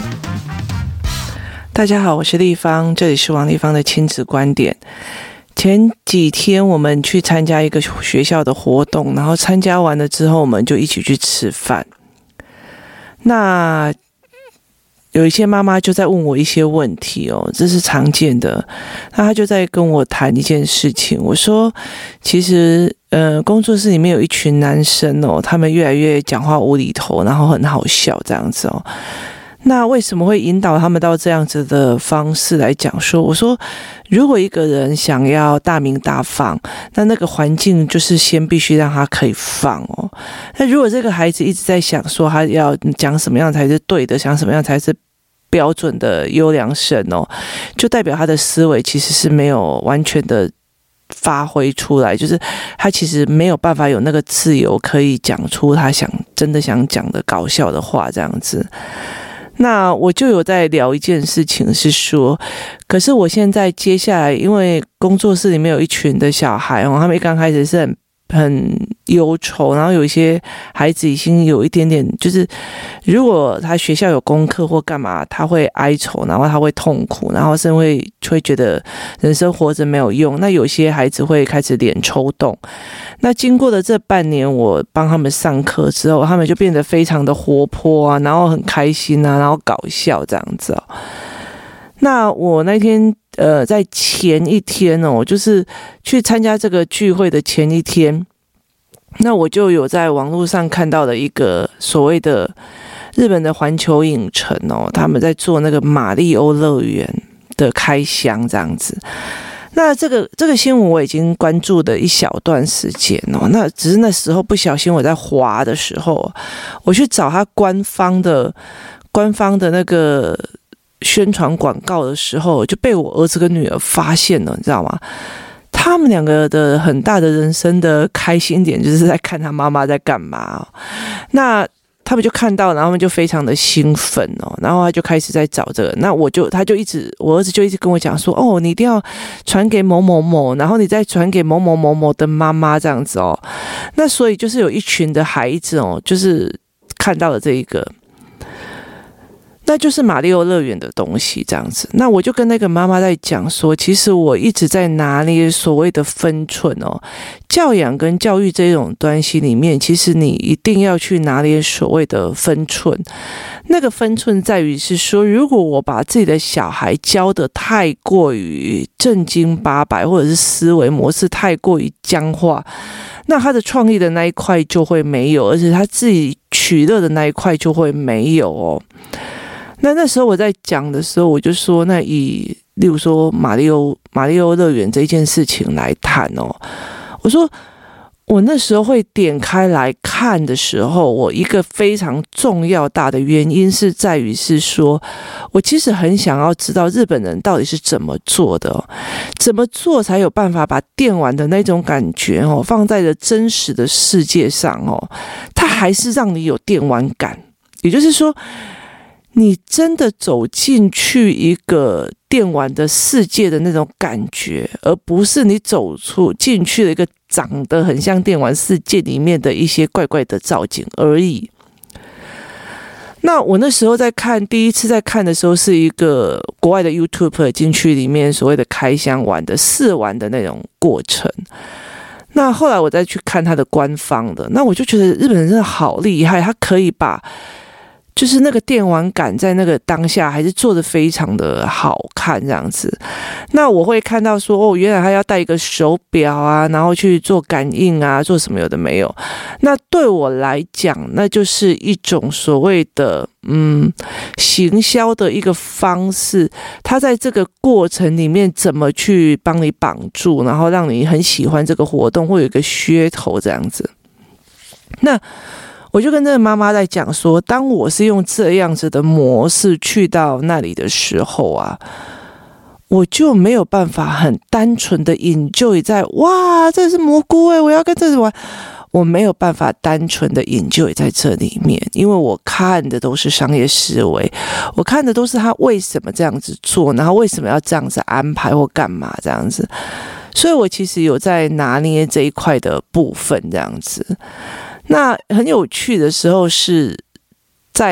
大家好，我是立方，这里是王立方的亲子观点。前几天我们去参加一个学校的活动，然后参加完了之后，我们就一起去吃饭。那有一些妈妈就在问我一些问题哦，这是常见的。那她就在跟我谈一件事情，我说，其实工作室里面有一群男生哦，他们越来越讲话无厘头，然后很好笑这样子哦。那为什么会引导他们到这样子的方式来讲说？我说，如果一个人想要大鸣大放，那个环境就是先必须让他可以放哦。那如果这个孩子一直在想说他要讲什么样才是对的，想什么样才是标准的优良生哦，就代表他的思维其实是没有完全的发挥出来，就是他其实没有办法有那个自由可以讲出他真的想讲的搞笑的话这样子。那我就有在聊一件事情是说，可是我现在接下来，因为工作室里面有一群的小孩哦，他们刚开始是很忧愁，然后有一些孩子已经有一点点，就是如果他学校有功课或干嘛，他会哀愁，然后他会痛苦，然后甚至会觉得人生活着没有用。那有些孩子会开始脸抽动。那经过的这半年，我帮他们上课之后，他们就变得非常的活泼啊，然后很开心啊，然后搞笑这样子哦。那我那天在前一天哦，就是去参加这个聚会的前一天，那我就有在网络上看到了一个所谓的日本的环球影城哦，他们在做那个马里欧乐园的开箱这样子。那这个新闻我已经关注了一小段时间哦，那只是那时候不小心我在滑的时候，我去找他官方的那个宣传广告的时候，就被我儿子跟女儿发现了，你知道吗？他们两个的很大的人生的开心点就是在看他妈妈在干嘛哦。那他们就看到，然后他们就非常的兴奋哦，然后他就开始在找这个。那我儿子就一直跟我讲说，哦，你一定要传给某某某，然后你再传给某某某某的妈妈这样子哦。那所以就是有一群的孩子哦，就是看到了这一个。那就是马里奥乐园的东西这样子。那我就跟那个妈妈在讲说，其实我一直在拿捏所谓的分寸哦，教养跟教育这种关系里面，其实你一定要去拿捏所谓的分寸。那个分寸在于是说，如果我把自己的小孩教得太过于正经八百，或者是思维模式太过于僵化，那他的创意的那一块就会没有，而且他自己取乐的那一块就会没有哦。那时候我在讲的时候，我就说，那例如说马里欧乐园这件事情来谈哦，我说我那时候会点开来看的时候，我一个非常重要大的原因是在于是说，我其实很想要知道日本人到底是怎么做的哦，怎么做才有办法把电玩的那种感觉哦放在了真实的世界上哦，它还是让你有电玩感，也就是说，你真的走进去一个电玩的世界的那种感觉，而不是你进去了一个长得很像电玩世界里面的一些怪怪的造景而已。那我那时候第一次在看的时候，是一个国外的 YouTuber 进去里面所谓的开箱玩的试玩的那种过程。那后来我再去看他的官方的，那我就觉得日本人真的好厉害，他可以把就是那个电玩感在那个当下还是做得非常的好看这样子。那我会看到说，哦，原来他要带一个手表啊，然后去做感应啊，做什么有的没有。那对我来讲，那就是一种所谓的行销的一个方式，他在这个过程里面怎么去帮你绑住，然后让你很喜欢这个活动，会有一个噱头这样子。那我就跟这个妈妈在讲说，当我是用这样子的模式去到那里的时候啊，我就没有办法很单纯的enjoy在哇，这是蘑菇欸，我要跟这里玩。我没有办法单纯的enjoy在这里面，因为我看的都是商业思维，我看的都是他为什么这样子做，然后为什么要这样子安排或干嘛这样子。所以我其实有在拿捏这一块的部分这样子。那很有趣的时候是在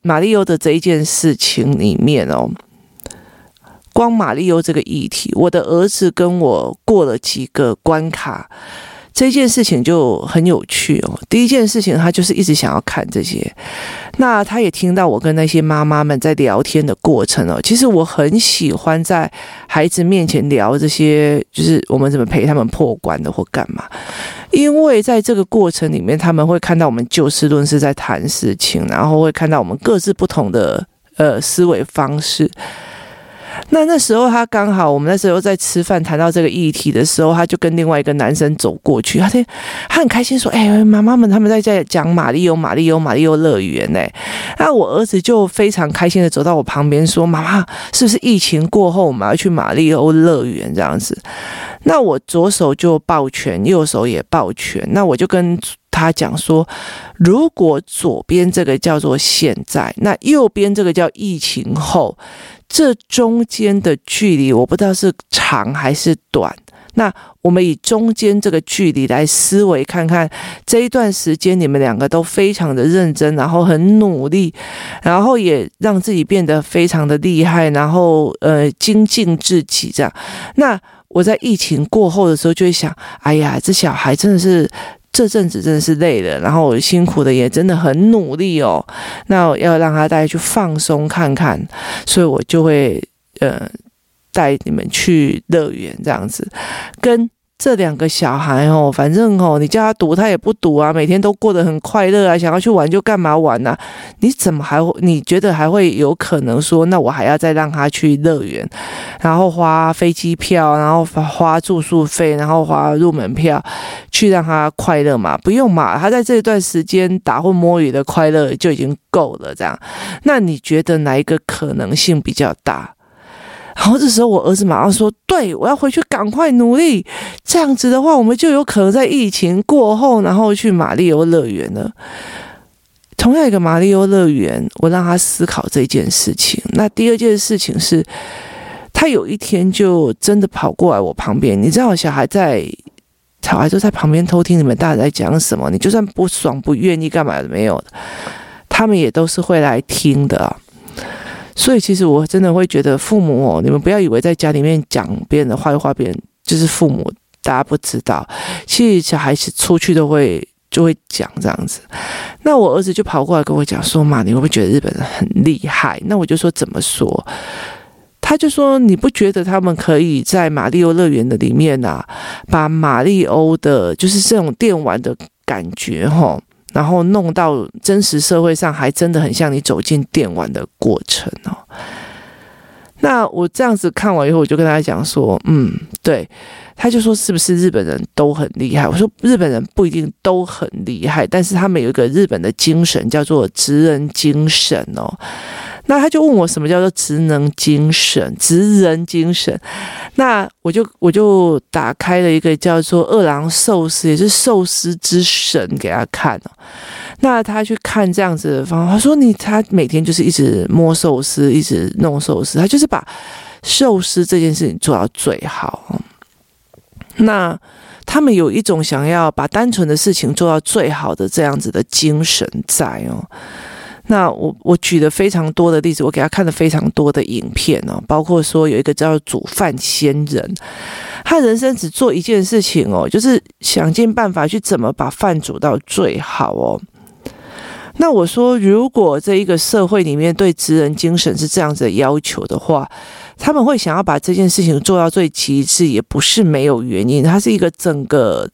马里欧的这一件事情里面哦，光马里欧这个议题，我的儿子跟我过了几个关卡，这件事情就很有趣哦。第一件事情，他就是一直想要看这些，那他也听到我跟那些妈妈们在聊天的过程哦。其实我很喜欢在孩子面前聊这些，就是我们怎么陪他们破关的或干嘛，因为在这个过程里面，他们会看到我们就事论事在谈事情，然后会看到我们各自不同的思维方式。那时候他刚好，我们那时候在吃饭谈到这个议题的时候，他就跟另外一个男生走过去，他很开心说：“妈妈们他们在讲马里欧乐园呢。”那我儿子就非常开心的走到我旁边说：“妈妈，是不是疫情过后我们要去马里欧乐园这样子？”那我左手就抱拳，右手也抱拳，那我就跟他讲说，如果左边这个叫做现在，那右边这个叫疫情后，这中间的距离我不知道是长还是短，那我们以中间这个距离来思维看看，这一段时间你们两个都非常的认真，然后很努力，然后也让自己变得非常的厉害，然后精进自己这样。那我在疫情过后的时候就会想，哎呀，这小孩真的是这阵子真的是累了，然后我辛苦的也真的很努力哦，那我要让他带去放松看看，所以我就会带你们去乐园这样子。跟这两个小孩哦，反正哦，你叫他赌他也不赌啊，每天都过得很快乐啊，想要去玩就干嘛玩啊？你觉得还会有可能说，那我还要再让他去乐园，然后花飞机票，然后花住宿费，然后花入门票，去让他快乐嘛？不用嘛，他在这段时间打混摸鱼的快乐就已经够了这样。那你觉得哪一个可能性比较大？然后这时候我儿子马上说，对，我要回去赶快努力，这样子的话我们就有可能在疫情过后然后去马里欧乐园了。同样一个马里欧乐园，我让他思考这件事情。那第二件事情是，他有一天就真的跑过来我旁边，你知道小孩都在旁边偷听你们大人在讲什么，你就算不爽不愿意干嘛都没有的，他们也都是会来听的啊。所以其实我真的会觉得父母哦，你们不要以为在家里面讲别人的坏话，别人就是父母，大家不知道，其实小孩子出去就会讲这样子。那我儿子就跑过来跟我讲说，妈，你会不会觉得日本人很厉害？那我就说怎么说？他就说，你不觉得他们可以在马里欧乐园的里面啊，把马里欧的就是这种电玩的感觉齁，然后弄到真实社会上，还真的很像你走进电玩的过程哦。那我这样子看完以后，我就跟他讲说，对，他就说是不是日本人都很厉害？我说日本人不一定都很厉害，但是他们有一个日本的精神叫做职人精神哦。那他就问我什么叫做职人精神？那我就打开了一个叫做二郎寿司，也是寿司之神给他看哦。那他去看这样子的方法，他说他每天就是一直摸寿司，一直弄寿司，他就是把寿司这件事情做到最好。那他们有一种想要把单纯的事情做到最好的这样子的精神在哦。那我举了非常多的例子，我给他看了非常多的影片哦，包括说有一个叫煮饭仙人，他人生只做一件事情哦，就是想尽办法去怎么把饭煮到最好哦。那我说，如果这一个社会里面对职人精神是这样子的要求的话，他们会想要把这件事情做到最极致，也不是没有原因，它是一个整个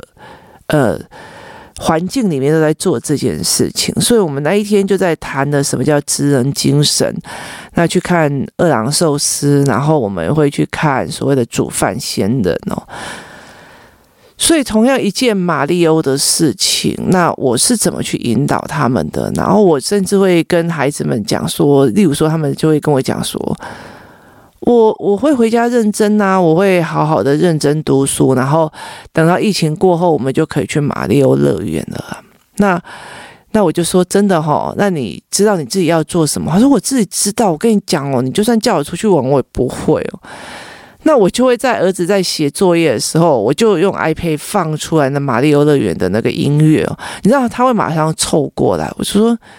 环境里面都在做这件事情。所以我们那一天就在谈的什么叫职人精神，那去看二郎寿司，然后我们会去看所谓的煮饭仙人哦。所以同样一件马里欧的事情，那我是怎么去引导他们的？然后我甚至会跟孩子们讲说，例如说他们就会跟我讲说，我会回家认真啊，我会好好的认真读书，然后等到疫情过后，我们就可以去马里欧乐园了。那我就说真的齁，那你知道你自己要做什么？他说我自己知道，我跟你讲哦，你就算叫我出去玩，我也不会哦。那我就会在儿子在写作业的时候，我就用 iPad 放出来那马里欧乐园的那个音乐哦，你知道他会马上凑过来，我就说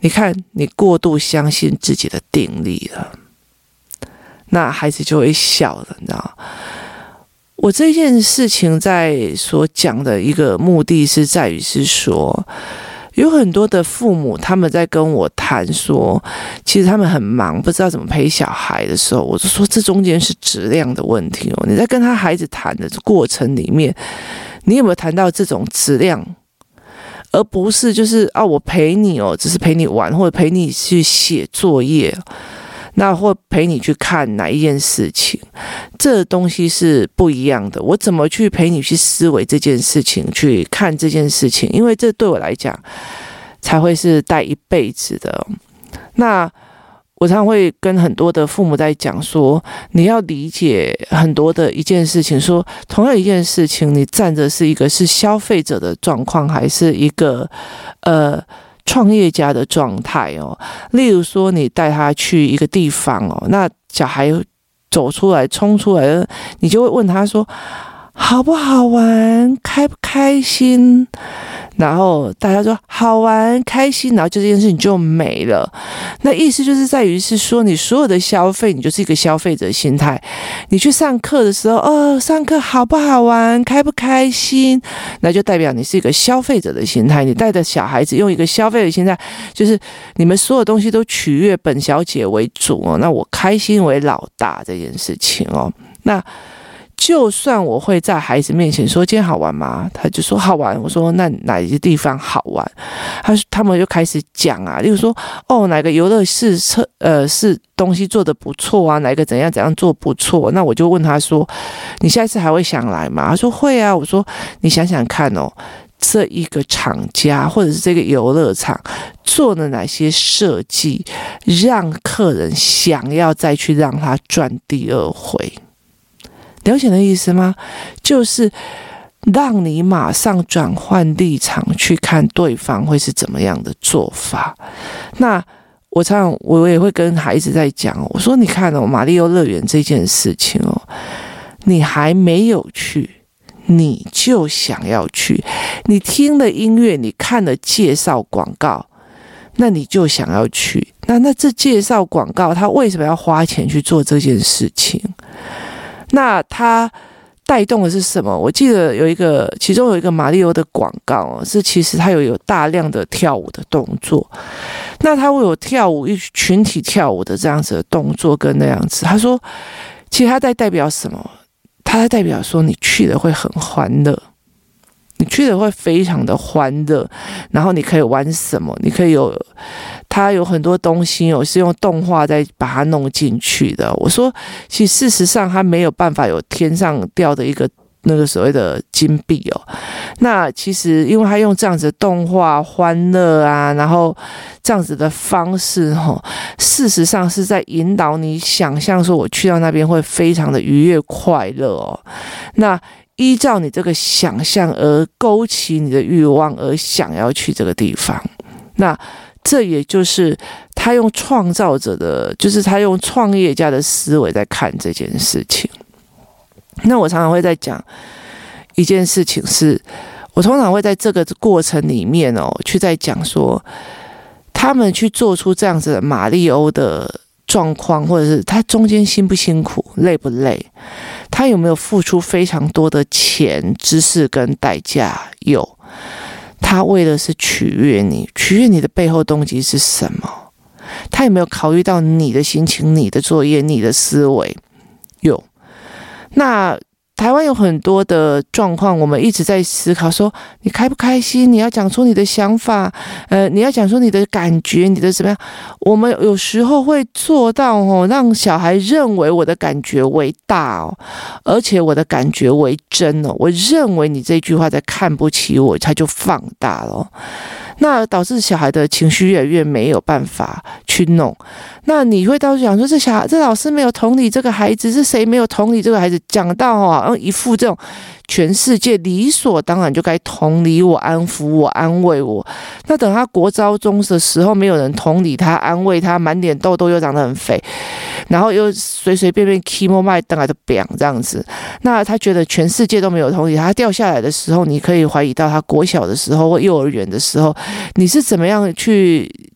你看，你过度相信自己的定力了，那孩子就会笑了，你知道？我这件事情在所讲的一个目的是在于是说，有很多的父母他们在跟我谈说，其实他们很忙，不知道怎么陪小孩的时候，我就说这中间是质量的问题哦。你在跟他孩子谈的过程里面，你有没有谈到这种质量？而不是就是我陪你哦，只是陪你玩，或者陪你去写作业，那或陪你去看哪一件事情，这东西是不一样的。我怎么去陪你去思维这件事情，去看这件事情，因为这对我来讲才会是带一辈子的。那我常常会跟很多的父母在讲说，你要理解很多的一件事情，说同样一件事情，你站着是一个是消费者的状况，还是一个创业家的状态哦。例如说，你带他去一个地方哦，那小孩走出来、冲出来，你就会问他说，好不好玩，开不开心？然后大家说好玩开心，然后就这件事情就没了。那意思就是在于是说，你所有的消费，你就是一个消费者心态。你去上课的时候，上课好不好玩，开不开心，那就代表你是一个消费者的心态。你带着小孩子用一个消费者心态，就是你们所有东西都取悦本小姐为主哦，那我开心为老大这件事情哦。那就算我会在孩子面前说今天好玩吗？他就说好玩。我说那哪些地方好玩？他们就开始讲啊，例如说哪个游乐室是东西做得不错啊，哪一个怎样做不错。那我就问他说，你下一次还会想来吗？他说会啊。我说你想想看哦，这一个厂家或者是这个游乐场做了哪些设计，让客人想要再去让他赚第二回？了解的意思吗？就是让你马上转换立场去看对方会是怎么样的做法。那我也会跟孩子在讲，我说你看哦，马里奥乐园这件事情哦，你还没有去，你就想要去，你听了音乐，你看了介绍广告，那你就想要去。那这介绍广告，他为什么要花钱去做这件事情？那他带动的是什么？我记得其中有一个马里奥的广告是其实他有大量的跳舞的动作。那他会有跳舞一群体跳舞的这样子的动作跟那样子。他说，其实他在代表什么？他在代表说你去了会很欢乐。你去的会非常的欢乐，然后你可以玩什么？你可以它有很多东西是用动画再把它弄进去的。我说，其实事实上它没有办法有天上掉的一个那个所谓的金币哦。那其实因为它用这样子的动画欢乐啊，然后这样子的方式事实上是在引导你想象说，我去到那边会非常的愉悦快乐哦。那依照你这个想象而勾起你的欲望，而想要去这个地方。那这也就是他用创造者的，就是他用创业家的思维在看这件事情。那我常常会在讲一件事情是，我通常会在这个过程里面去在讲说，他们去做出这样子的马里欧的状况，或者是他中间辛不辛苦，累不累，他有没有付出非常多的钱、知识跟代价？有。他为的是取悦你的背后动机是什么？他有没有考虑到你的心情、你的作业、你的思维？有。那台湾有很多的状况，我们一直在思考说，你开不开心？你要讲出你的想法，你要讲出你的感觉，你的怎么样？我们有时候会做到让小孩认为我的感觉为大而且我的感觉为真我认为你这句话在看不起我，他就放大了那导致小孩的情绪越来越没有办法去弄。那你会到处讲说，这老师没有同理这个孩子，是谁没有同理这个孩子？讲到好像一副这种全世界理所当然就该同理我、安抚我、安慰我。那等他国高中的时候，没有人同理他、安慰他，满脸痘痘又长得很肥，然后又随随便便 chemo 麦登来的表这样子。那他觉得全世界都没有同理他掉下来的时候，你可以怀疑到他国小的时候或幼儿园的时候，你是怎么样去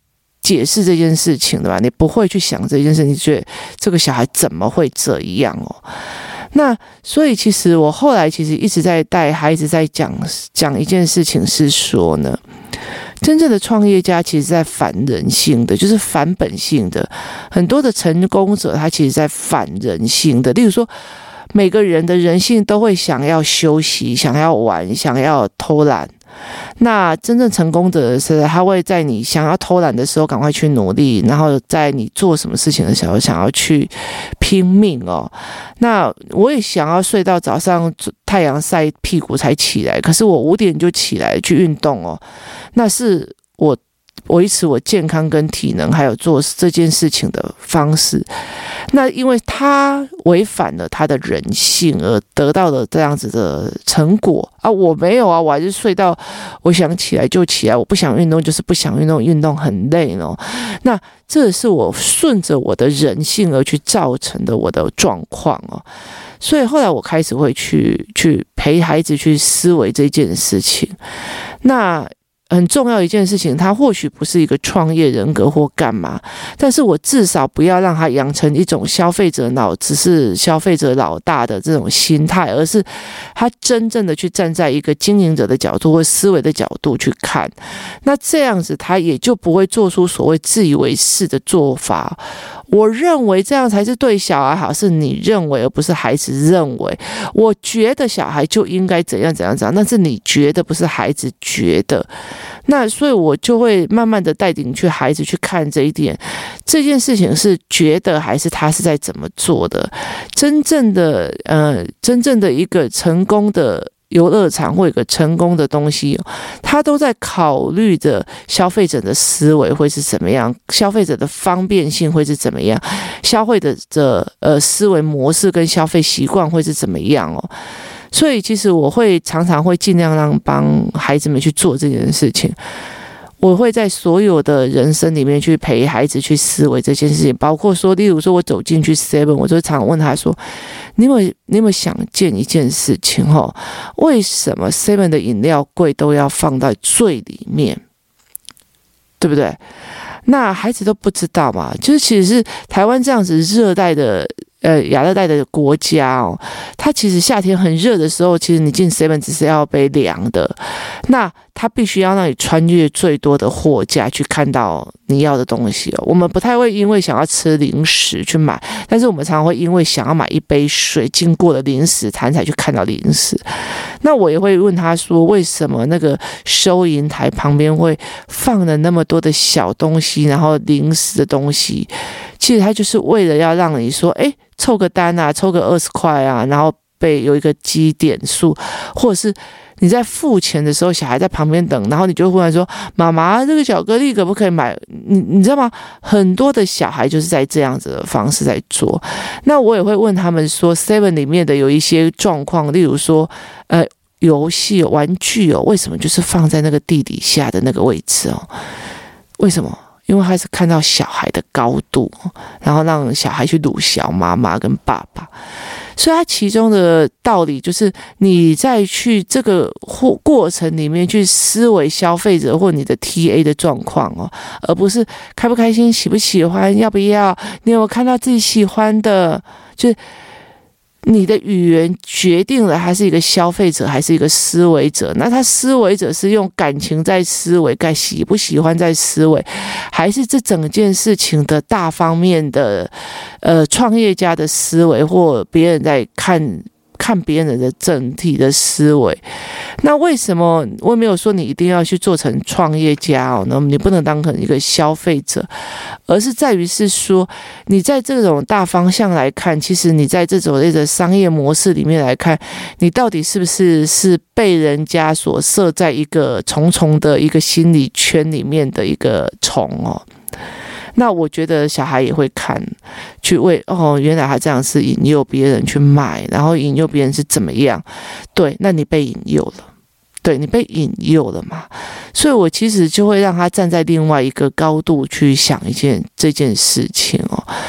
解释这件事情的吧，你不会去想这件事，你觉得这个小孩怎么会这样哦？那所以其实我后来其实一直在带孩子在讲一件事情是说呢，真正的创业家其实在反人性的，就是反本性的。很多的成功者他其实在反人性的，例如说每个人的人性都会想要休息，想要玩，想要偷懒。那真正成功的是他会在你想要偷懒的时候赶快去努力，然后在你做什么事情的时候想要去拼命哦。那我也想要睡到早上太阳晒屁股才起来，可是我5点就起来去运动哦，那是我维持我健康跟体能还有做这件事情的方式。那因为他违反了他的人性而得到了这样子的成果啊，我没有啊，我还是睡到我想起来就起来，我不想运动就是不想运动，运动很累哦。那这是我顺着我的人性而去造成的我的状况哦。所以后来我开始会去陪孩子去思维这件事情。那很重要一件事情，他或许不是一个创业人格或干嘛，但是我至少不要让他养成一种消费者脑，只是消费者老大的这种心态，而是他真正的去站在一个经营者的角度或思维的角度去看，那这样子他也就不会做出所谓自以为是的做法。我认为这样才是对小孩好，是你认为而不是孩子认为。我觉得小孩就应该怎样怎样怎样，那是你觉得，不是孩子觉得。那所以我就会慢慢的带领去孩子去看这一点，这件事情是觉得还是他是在怎么做的。真正的一个成功的游乐场或一个成功的东西，他都在考虑着消费者的思维会是怎么样，消费者的方便性会是怎么样，消费者的思维模式跟消费习惯会是怎么样哦。所以其实我会常常会尽量帮孩子们去做这件事情。我会在所有的人生里面去陪孩子去思维这件事情，包括说，例如说我走进去 Seven， 我就常问他说，你有没有想见一件事情哦？为什么 Seven 的饮料柜都要放在最里面，对不对？那孩子都不知道嘛，就是其实是台湾这样子热带的亚热带的国家哦，它其实夏天很热的时候，其实你进 Seven 只是要杯凉的，那它必须要让你穿越最多的货架去看到你要的东西哦。我们不太会因为想要吃零食去买，但是我们常常会因为想要买一杯水，经过了零食摊才去看到零食。那我也会问他说，为什么那个收银台旁边会放了那么多的小东西，然后零食的东西？其实他就是为了要让你说，凑个单啊，凑个20块啊，然后被有一个积点数，或者是你在付钱的时候，小孩在旁边等，然后你就忽然说，妈妈，这个巧克力可不可以买？你知道吗？很多的小孩就是在这样子的方式在做。那我也会问他们说 ，Seven 里面的有一些状况，例如说，游戏玩具哦，为什么就是放在那个地底下的那个位置哦？为什么？因为他是看到小孩的高度，然后让小孩去鲁小妈妈跟爸爸，所以他其中的道理就是你在去这个过程里面去思维消费者或你的 TA 的状况哦，而不是开不开心、喜不喜欢、要不要，你有没有看到自己喜欢的，就是你的语言决定了他是一个消费者还是一个思维者。那他思维者是用感情在思维，该喜不喜欢在思维，还是这整件事情的大方面的创业家的思维，或别人在看别人的整体的思维。那为什么我也没有说你一定要去做成创业家哦？那你不能当成一个消费者，而是在于是说，你在这种大方向来看，其实你在这种的商业模式里面来看，你到底是不是被人家所设在一个重重的一个心理圈里面的一个虫哦？那我觉得小孩也会看，去为原来他这样是引诱别人去买，然后引诱别人是怎么样？对，那你被引诱了，对，你被引诱了嘛？所以我其实就会让他站在另外一个高度去想这件事情哦。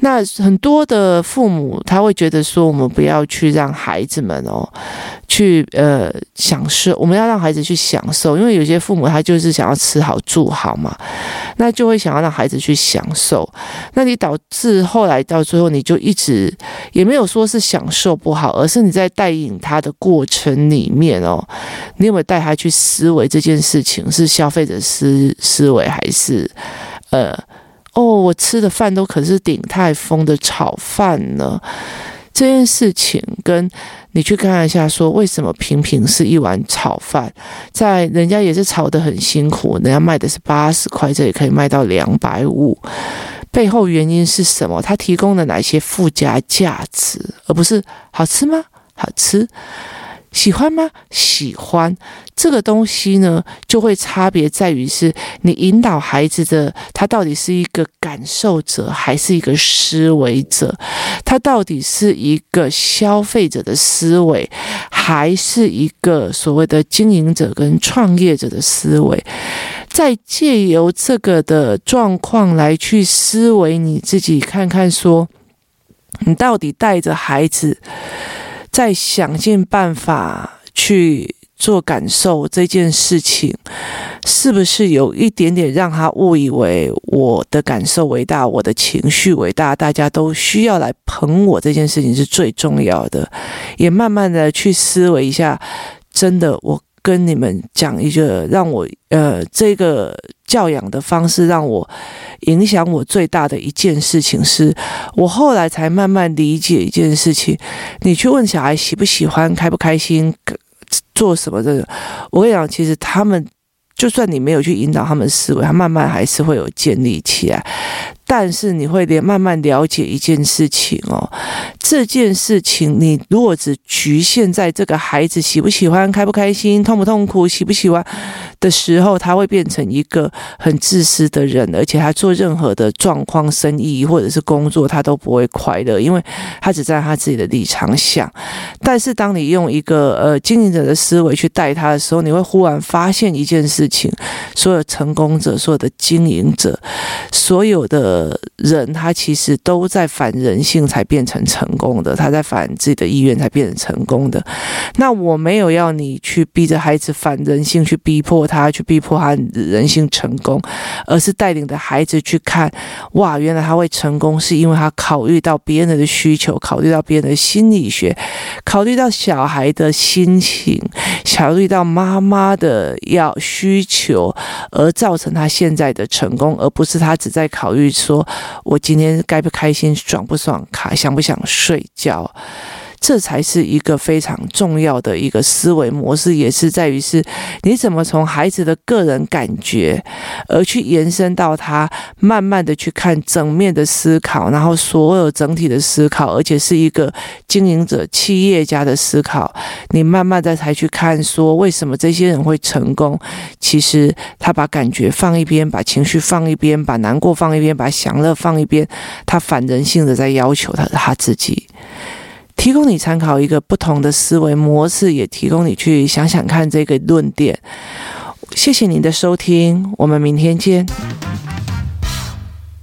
那很多的父母他会觉得说，我们不要去让孩子们去享受，我们要让孩子去享受，因为有些父母他就是想要吃好住好嘛，那就会想要让孩子去享受，那你导致后来到最后你就一直也没有说是享受不好，而是你在带领他的过程里面你有没有带他去思维这件事情是消费者思维还是我吃的饭都可是鼎泰丰的炒饭呢？这件事情跟你去看一下说为什么平平是一碗炒饭，在人家也是炒得很辛苦，人家卖的是80块，这里可以卖到250，背后原因是什么？它提供了哪些附加价值，而不是好吃吗？好吃。喜欢吗？喜欢。这个东西呢，就会差别在于是你引导孩子的，他到底是一个感受者还是一个思维者，他到底是一个消费者的思维还是一个所谓的经营者跟创业者的思维，再借由这个的状况来去思维你自己，看看说你到底带着孩子在想尽办法去做感受这件事情，是不是有一点点让他误以为我的感受为大，我的情绪为大，大家都需要来捧我，这件事情是最重要的。也慢慢的去思维一下，真的我跟你们讲一个让我这个教养的方式让我影响我最大的一件事情是，我后来才慢慢理解一件事情。你去问小孩喜不喜欢，开不开心，做什么的，我跟你讲，其实他们就算你没有去引导他们思维，他慢慢还是会有建立起来。但是你会慢慢了解一件事情这件事情你如果只局限在这个孩子喜不喜欢、开不开心、痛不痛苦、喜不喜欢的时候，他会变成一个很自私的人，而且他做任何的状况、生意或者是工作，他都不会快乐，因为他只在他自己的立场想。但是当你用一个经营者的思维去带他的时候，你会忽然发现一件事情，所有成功者、所有的经营者、所有的人，他其实都在反人性才变成成功的，他在反自己的意愿才变成成功的。那我没有要你去逼着孩子反人性，去逼迫他人性成功，而是带领着孩子去看，哇，原来他会成功是因为他考虑到别人的需求，考虑到别人的心理学，考虑到小孩的心情，考虑到妈妈的需求，而造成他现在的成功，而不是他只在考虑说我今天该不开心、爽不爽、想不想睡觉。这才是一个非常重要的一个思维模式，也是在于是你怎么从孩子的个人感觉而去延伸到他慢慢的去看整面的思考，然后所有整体的思考，而且是一个经营者、企业家的思考。你慢慢的才去看说为什么这些人会成功，其实他把感觉放一边，把情绪放一边，把难过放一边，把享乐放一边，他反人性的在要求他自己。提供你参考一个不同的思维模式，也提供你去想想看这个论点。谢谢您的收听，我们明天见。